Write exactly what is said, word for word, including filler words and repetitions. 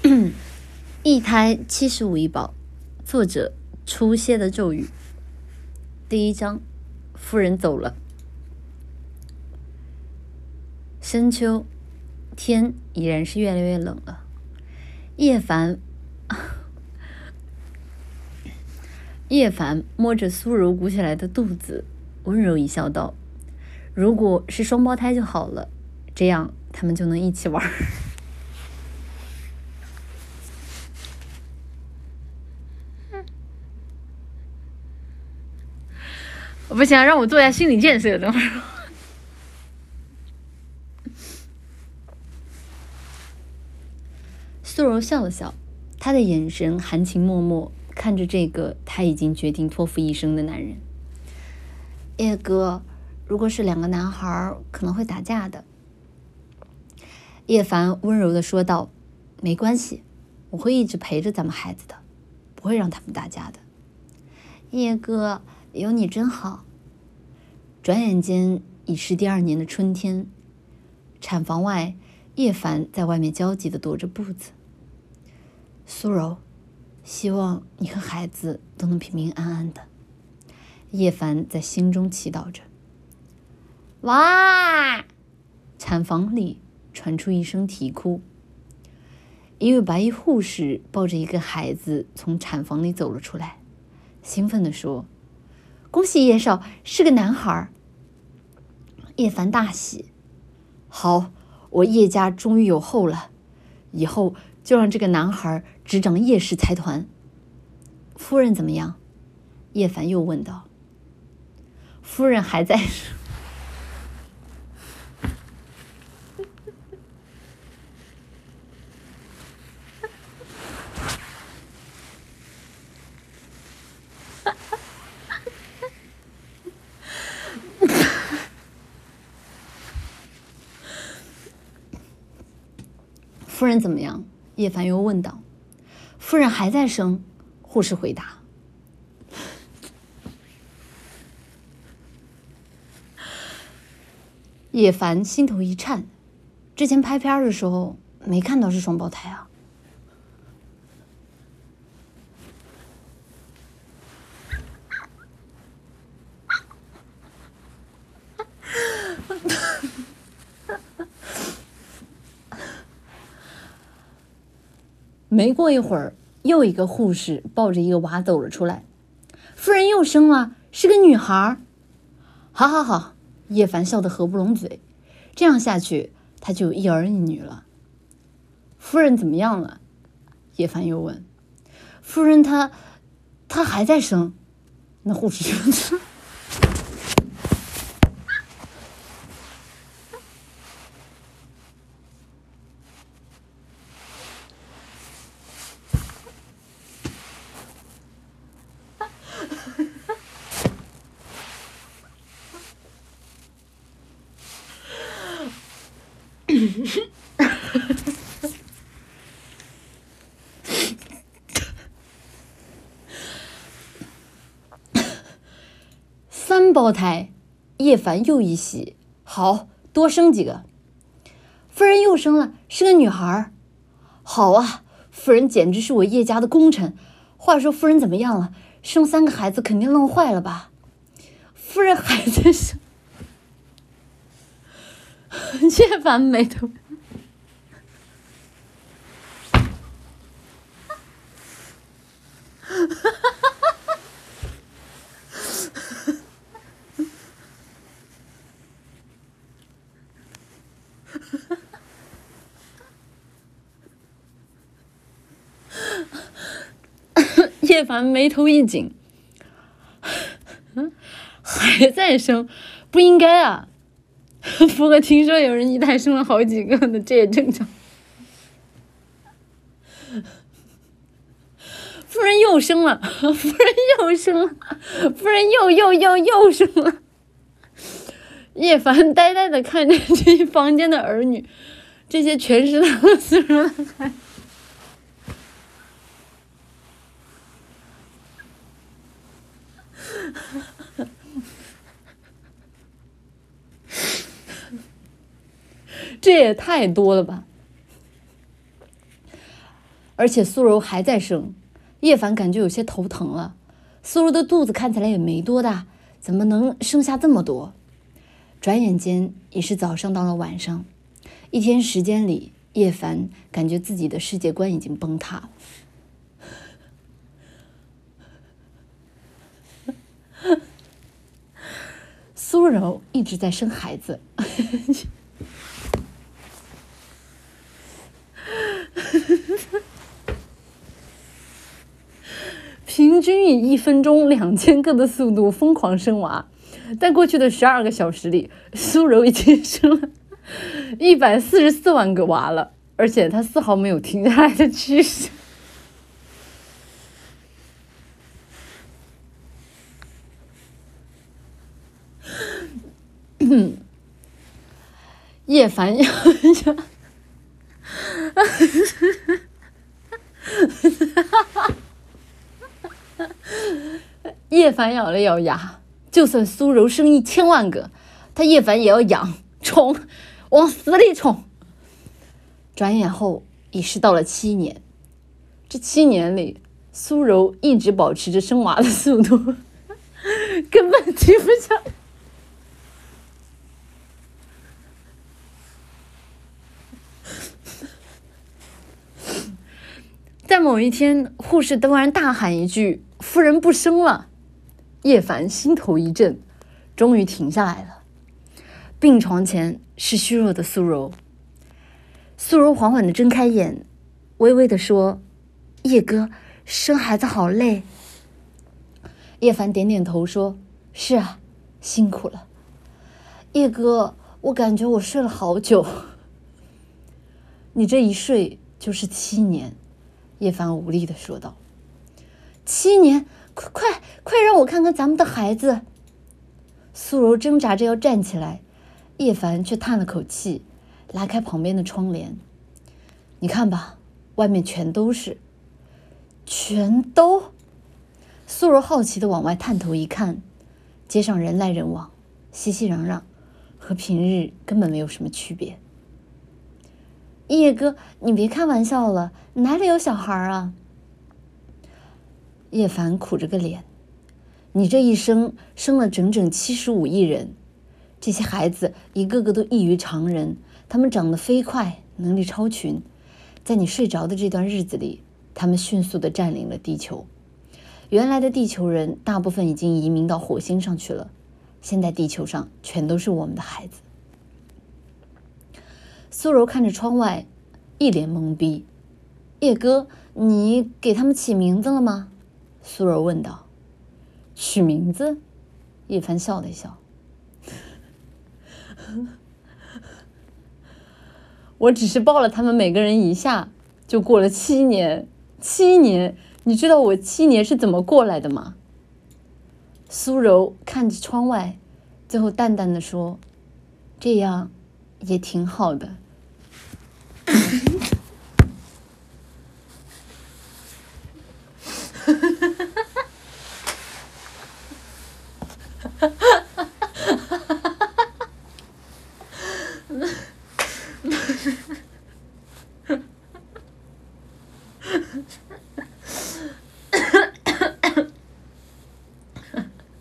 一胎七十五一宝，作者初歇的咒语。第一章，夫人走了。深秋，天已然是越来越冷了。叶凡，叶凡摸着苏柔鼓起来的肚子，温柔一笑道：“如果是双胞胎就好了，这样他们就能一起玩。”我不行，让我做一下心理建设，等会儿。苏柔笑了笑，她的眼神含情脉脉，看着这个她已经决定托付一生的男人。叶哥，如果是两个男孩，可能会打架的。叶凡温柔地说道：“没关系，我会一直陪着咱们孩子的，不会让他们打架的。”叶哥，有你真好。转眼间已是第二年的春天，产房外，叶凡在外面焦急地踱着步子。苏柔，希望你和孩子都能平平安安的。叶凡在心中祈祷着。哇！产房里传出一声啼哭，一位白衣护士抱着一个孩子从产房里走了出来，兴奋地说：“恭喜叶少，是个男孩。”叶凡大喜，好，我叶家终于有后了，以后就让这个男孩执掌叶氏财团。夫人怎么样？叶凡又问道。夫人还在。夫人怎么样？叶凡又问道。夫人还在生，护士回答。叶凡心头一颤，之前拍片的时候没看到是双胞胎啊。没过一会儿，又一个护士抱着一个娃走了出来。夫人又生了，是个女孩。好好好，叶凡笑得合不拢嘴。这样下去，他就有一儿一女了。夫人怎么样了？叶凡又问。夫人她，她还在生。那护士说。三胞胎，叶凡又一喜，好多生几个。夫人又生了，是个女孩。好啊，夫人简直是我叶家的功臣。话说夫人怎么样了？生三个孩子肯定弄坏了吧？夫人还在生。叶凡眉头。叶凡眉头一紧，还在生，不应该啊！不过听说有人一胎生了好几个的，这也正常。夫人又生了，夫人又生了，夫人又又又又生了。叶凡呆呆地看着这一房间的儿女，这些全是他的私人孩子。这也太多了吧！ 而且苏柔还在生。叶凡感觉有些头疼了，苏柔的肚子看起来也没多大，怎么能生下这么多？转眼间已是早上到了晚上，一天时间里，叶凡感觉自己的世界观已经崩塌了。苏柔一直在生孩子，平均以一分钟两千个的速度疯狂生娃。在过去的十二个小时里，苏柔已经生了一百四十四万个娃了，而且她丝毫没有停下来的趋势。叶凡要叶凡咬了咬牙，就算苏柔生一千万个，他叶凡也要养冲，往死里冲。转眼后已是到了七年，这七年里，苏柔一直保持着生娃的速度，根本提不上。在某一天，护士突然大喊一句：“夫人不生了！”叶凡心头一震，终于停下来了。病床前是虚弱的苏柔，苏柔缓缓地睁开眼，微微地说：“叶哥，生孩子好累。”叶凡点点头说：“是啊，辛苦了。”叶哥，我感觉我睡了好久。你这一睡就是七年。叶凡无力地说道：“七年，快快快让我看看咱们的孩子！”苏柔挣扎着要站起来，叶凡却叹了口气，拉开旁边的窗帘：“你看吧，外面全都是。”全都？苏柔好奇地往外探头一看，街上人来人往，熙熙攘攘，和平日根本没有什么区别。叶哥，你别开玩笑了，哪里有小孩啊？叶凡苦着个脸，你这一生生了整整七十五亿人，这些孩子一个个都异于常人，他们长得飞快，能力超群，在你睡着的这段日子里，他们迅速地占领了地球。原来的地球人大部分已经移民到火星上去了，现在地球上全都是我们的孩子。苏柔看着窗外，一脸懵逼。叶哥，你给他们起名字了吗？苏柔问道。取名字？叶凡笑了笑。我只是抱了他们每个人一下，就过了七年。七年，你知道我七年是怎么过来的吗？苏柔看着窗外，最后淡淡的说：“这样也挺好的。”哈哈哈哈哈！